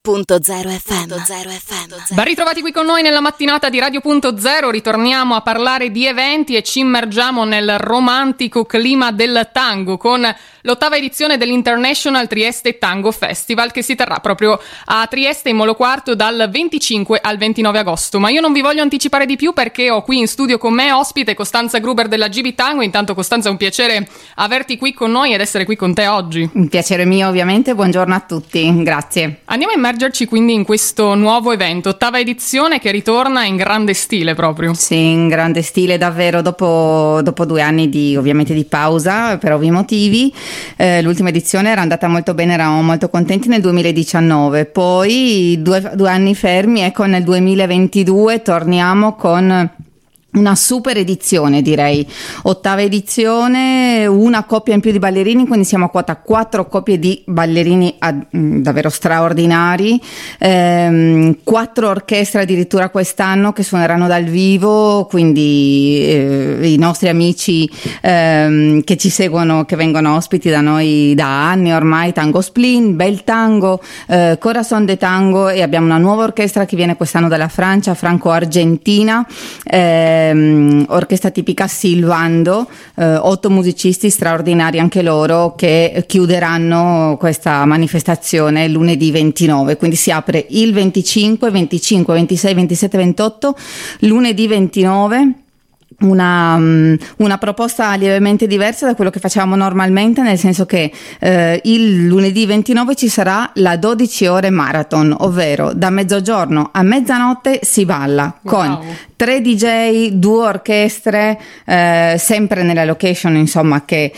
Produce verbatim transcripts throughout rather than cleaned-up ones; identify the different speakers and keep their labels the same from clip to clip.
Speaker 1: Punto zero F M.
Speaker 2: Ben ritrovati qui con noi nella mattinata di Radio Punto Zero. Ritorniamo a parlare di eventi e ci immergiamo nel romantico clima del tango con l'ottava edizione dell'International Trieste Tango Festival, che si terrà proprio a Trieste in Molo Quarto dal venticinque al ventinove agosto. Ma io non vi voglio anticipare di più perché ho qui in studio con me ospite Costanza Gruber della G B Tango. Intanto Costanza, è un piacere averti qui con noi ed essere qui con te oggi.
Speaker 3: Un piacere mio, ovviamente. Buongiorno a tutti, grazie.
Speaker 2: Andiamo a immergerci quindi in questo nuovo evento, ottava edizione, che ritorna in grande stile proprio.
Speaker 3: Sì, in grande stile davvero, dopo, dopo due anni di ovviamente di pausa per ovvi motivi. Eh, l'ultima edizione era andata molto bene, eravamo molto contenti nel duemiladiciannove, poi due, due anni fermi, ecco nel duemilaventidue torniamo con una super edizione, direi, ottava edizione, una coppia in più di ballerini, quindi siamo a quota quattro coppie di ballerini ad, mh, davvero straordinari, ehm, quattro orchestre addirittura quest'anno che suoneranno dal vivo, quindi eh, i nostri amici ehm, che ci seguono, che vengono ospiti da noi da anni ormai, Tango Splin, Bel Tango, eh, Corazon de Tango, e abbiamo una nuova orchestra che viene quest'anno dalla Francia, franco-argentina, eh, orchestra tipica Silvando, eh, otto musicisti straordinari anche loro che chiuderanno questa manifestazione lunedì ventinove, quindi si apre il venticinque, venticinque, ventisei, ventisette, ventotto, lunedì ventinove. Una, una proposta lievemente diversa da quello che facciamo normalmente, nel senso che eh, il lunedì ventinove ci sarà la dodici ore marathon, ovvero da mezzogiorno a mezzanotte si balla con
Speaker 2: wow.
Speaker 3: tre D J, due orchestre, eh, sempre nella location insomma che,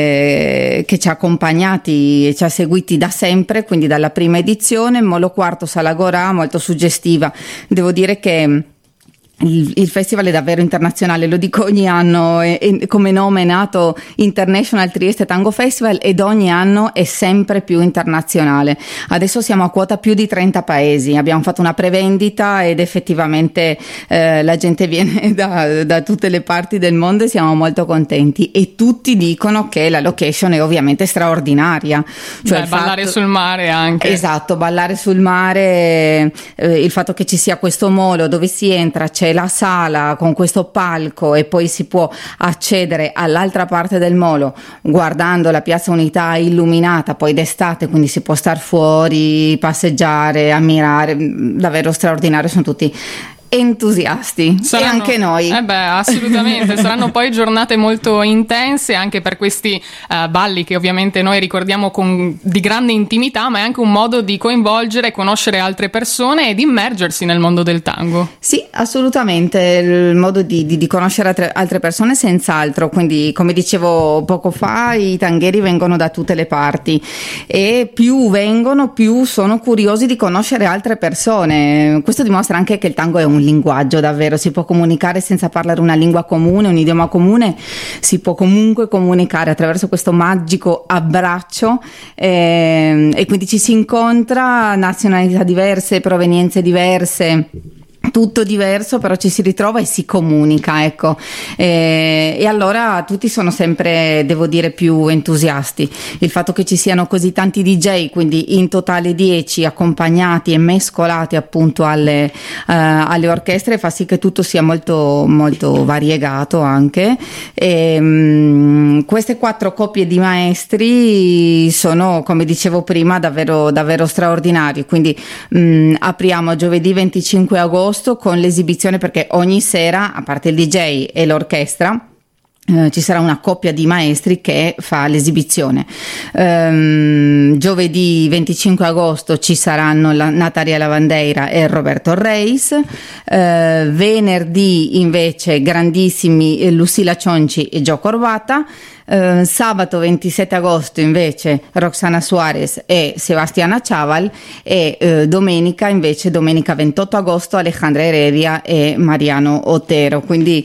Speaker 3: eh, che ci ha accompagnati e ci ha seguiti da sempre, quindi dalla prima edizione. Molo Quarto, Sala Gorà, molto suggestiva. Devo dire che Il, il festival è davvero internazionale, lo dico ogni anno, è, è, come nome è nato International Trieste Tango Festival ed ogni anno è sempre più internazionale. Adesso siamo a quota più di trenta paesi, abbiamo fatto una prevendita ed effettivamente eh, la gente viene da, da tutte le parti del mondo e siamo molto contenti, e tutti dicono che la location è ovviamente straordinaria. Cioè
Speaker 2: Beh,
Speaker 3: il
Speaker 2: ballare
Speaker 3: fatto,
Speaker 2: sul mare anche.
Speaker 3: Esatto, ballare sul mare, eh, il fatto che ci sia questo molo dove si entra, c'è la sala con questo palco e poi si può accedere all'altra parte del molo guardando la Piazza Unità illuminata poi d'estate, quindi si può star fuori, passeggiare, ammirare, davvero straordinario, sono tutti entusiasti. Saranno, e anche noi.
Speaker 2: Eh beh, assolutamente. Saranno poi giornate molto intense anche per questi uh, balli che ovviamente noi ricordiamo con, di grande intimità, ma è anche un modo di coinvolgere e conoscere altre persone ed immergersi nel mondo del tango.
Speaker 3: Sì, assolutamente, il modo di, di, di conoscere altre, altre persone senz'altro, quindi come dicevo poco fa i tangheri vengono da tutte le parti e più vengono più sono curiosi di conoscere altre persone. Questo dimostra anche che il tango è un linguaggio, davvero si può comunicare senza parlare una lingua comune, un idioma comune, si può comunque comunicare attraverso questo magico abbraccio, eh, e quindi ci si incontra nazionalità diverse, provenienze diverse, tutto diverso, però ci si ritrova e si comunica, ecco, e, e allora tutti sono sempre, devo dire, più entusiasti. Il fatto che ci siano così tanti D J, quindi in totale dieci, accompagnati e mescolati appunto alle, uh, alle orchestre, fa sì che tutto sia molto molto variegato anche. E, um, queste quattro coppie di maestri sono, come dicevo prima, davvero davvero straordinari, quindi um, apriamo giovedì venticinque agosto con l'esibizione, perché ogni sera, a parte il D J e l'orchestra, eh, ci sarà una coppia di maestri che fa l'esibizione. Um, giovedì venticinque agosto ci saranno la Natalia Lavandeira e Roberto Reis, uh, venerdì invece grandissimi Lucila Cionci e Gio Corbata. Uh, sabato ventisette agosto invece Roxana Suarez e Sebastiana Chaval, e uh, domenica invece domenica ventotto agosto Alejandra Heredia e Mariano Otero, quindi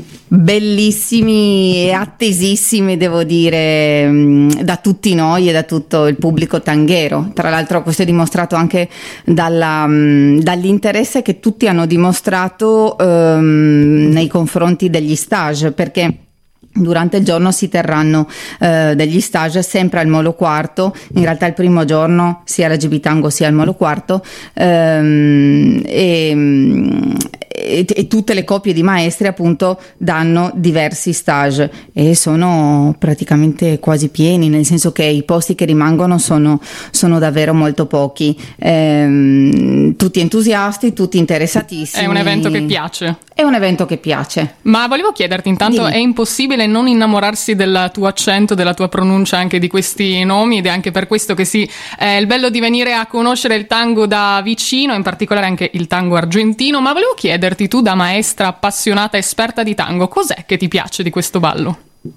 Speaker 3: bellissimi e attesissimi, devo dire, mh, da tutti noi e da tutto il pubblico tanghero. Tra l'altro questo è dimostrato anche dalla, mh, dall'interesse che tutti hanno dimostrato um, nei confronti degli stage, perché Durante il giorno si terranno eh, degli stage sempre al Molo Quarto, in realtà il primo giorno sia alla G B Tango sia al Molo Quarto, ehm, e, e, e tutte le coppie di maestri appunto danno diversi stage e sono praticamente quasi pieni, nel senso che i posti che rimangono sono, sono davvero molto pochi, ehm, tutti entusiasti, tutti interessatissimi.
Speaker 2: È un evento che piace.
Speaker 3: È un evento che piace.
Speaker 2: Ma volevo chiederti intanto, Dimmi. È impossibile non innamorarsi del tuo accento, della tua pronuncia anche di questi nomi, ed è anche per questo che sì, è il bello di venire a conoscere il tango da vicino, in particolare anche il tango argentino. Ma volevo chiederti, tu da maestra appassionata, esperta di tango, cos'è che ti piace di questo ballo?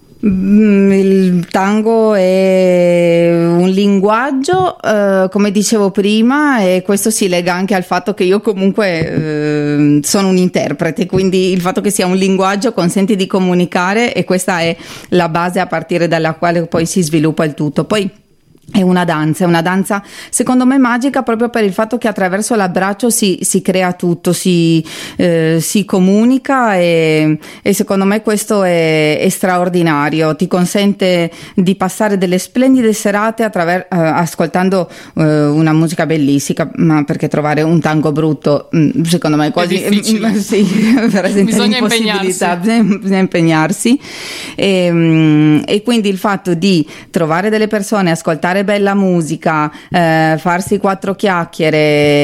Speaker 3: Il tango è un linguaggio, eh, come dicevo prima, e questo si lega anche al fatto che io comunque eh, sono un interprete, quindi il fatto che sia un linguaggio consente di comunicare e questa è la base a partire dalla quale poi si sviluppa il tutto. Poi è una danza, è una danza secondo me magica proprio per il fatto che attraverso l'abbraccio si, si crea tutto, si, eh, si comunica e, e secondo me questo è, è straordinario, ti consente di passare delle splendide serate attraver- eh, ascoltando eh, una musica bellissima, ma perché trovare un tango brutto mh, secondo me è quasi
Speaker 2: è difficile.
Speaker 3: Mh, sì,
Speaker 2: bisogna impegnarsi.
Speaker 3: bisogna impegnarsi e, mh, e quindi il fatto di trovare delle persone, ascoltare bella musica, eh, farsi quattro chiacchiere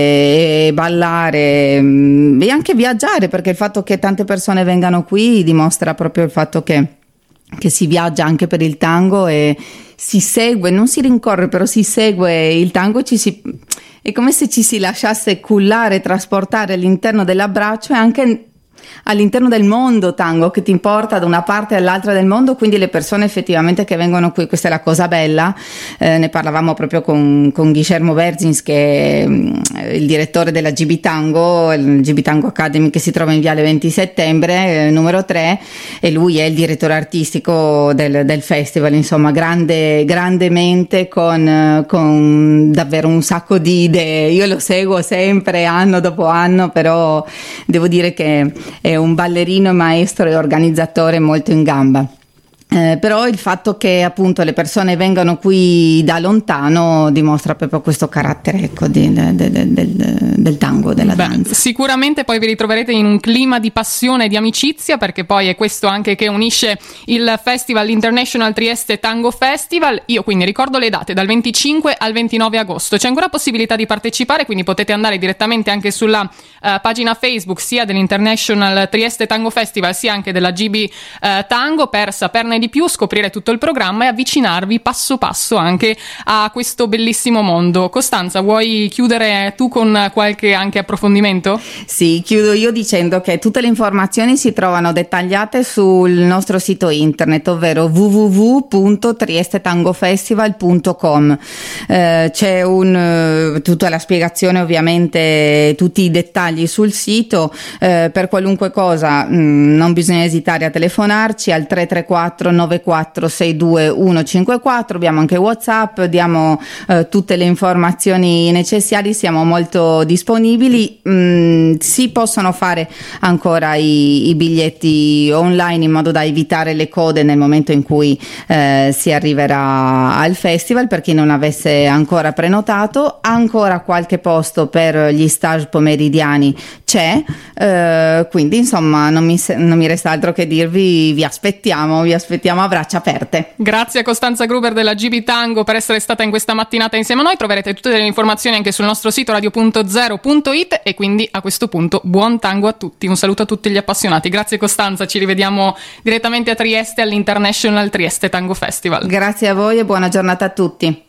Speaker 3: e ballare mh, e anche viaggiare, perché il fatto che tante persone vengano qui dimostra proprio il fatto che, che si viaggia anche per il tango e si segue, non si rincorre, però si segue il tango, ci si, è come se ci si lasciasse cullare, trasportare all'interno dell'abbraccio e anche all'interno del mondo tango che ti porta da una parte all'altra del mondo, quindi le persone effettivamente che vengono qui, questa è la cosa bella, eh, ne parlavamo proprio con, con Guillermo Berzins che è il direttore della G B Tango, il G B Tango Academy che si trova in Viale venti settembre, eh, numero tre, e lui è il direttore artistico del, del festival, insomma grande, grandemente con, con davvero un sacco di idee, io lo seguo sempre anno dopo anno, però devo dire che è un ballerino, maestro e organizzatore molto in gamba. Eh, però il fatto che appunto le persone vengano qui da lontano dimostra proprio questo carattere, ecco, di, de, de, de, del, del tango, della
Speaker 2: Beh,
Speaker 3: danza.
Speaker 2: Sicuramente poi vi ritroverete in un clima di passione e di amicizia, perché poi è questo anche che unisce il festival, l'International Trieste Tango Festival. Io quindi ricordo le date, dal venticinque al ventinove agosto. C'è ancora possibilità di partecipare, quindi potete andare direttamente anche sulla uh, pagina Facebook sia dell'International Trieste Tango Festival sia anche della G B uh, Tango per saperne di più, scoprire tutto il programma e avvicinarvi passo passo anche a questo bellissimo mondo. Costanza, vuoi chiudere tu con qualche anche approfondimento?
Speaker 3: Sì, chiudo io dicendo che tutte le informazioni si trovano dettagliate sul nostro sito internet, ovvero w w w punto trieste tango festival punto com. Eh, c'è un, tutta la spiegazione, ovviamente tutti i dettagli sul sito. Eh, per qualunque cosa mh, non bisogna esitare a telefonarci al tre tre quattro nove quattro sei due uno cinque quattro, abbiamo anche WhatsApp, diamo eh, tutte le informazioni necessarie, siamo molto disponibili. Mm, si possono fare ancora i, i biglietti online in modo da evitare le code nel momento in cui eh, si arriverà al festival, per chi non avesse ancora prenotato. Ancora qualche posto per gli stage pomeridiani c'è, eh, quindi insomma non mi, non mi resta altro che dirvi vi aspettiamo, vi aspettiamo a braccia aperte.
Speaker 2: Grazie a Costanza Gruber della G B Tango per essere stata in questa mattinata insieme a noi. Troverete tutte le informazioni anche sul nostro sito radio punto zero punto it e quindi a questo punto buon tango a tutti. Un saluto a tutti gli appassionati. Grazie Costanza, ci rivediamo direttamente a Trieste all'International Trieste Tango Festival.
Speaker 3: Grazie a voi e buona giornata a tutti.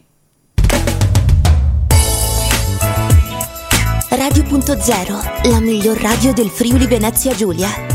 Speaker 1: Radio punto zero, la miglior radio del Friuli Venezia Giulia.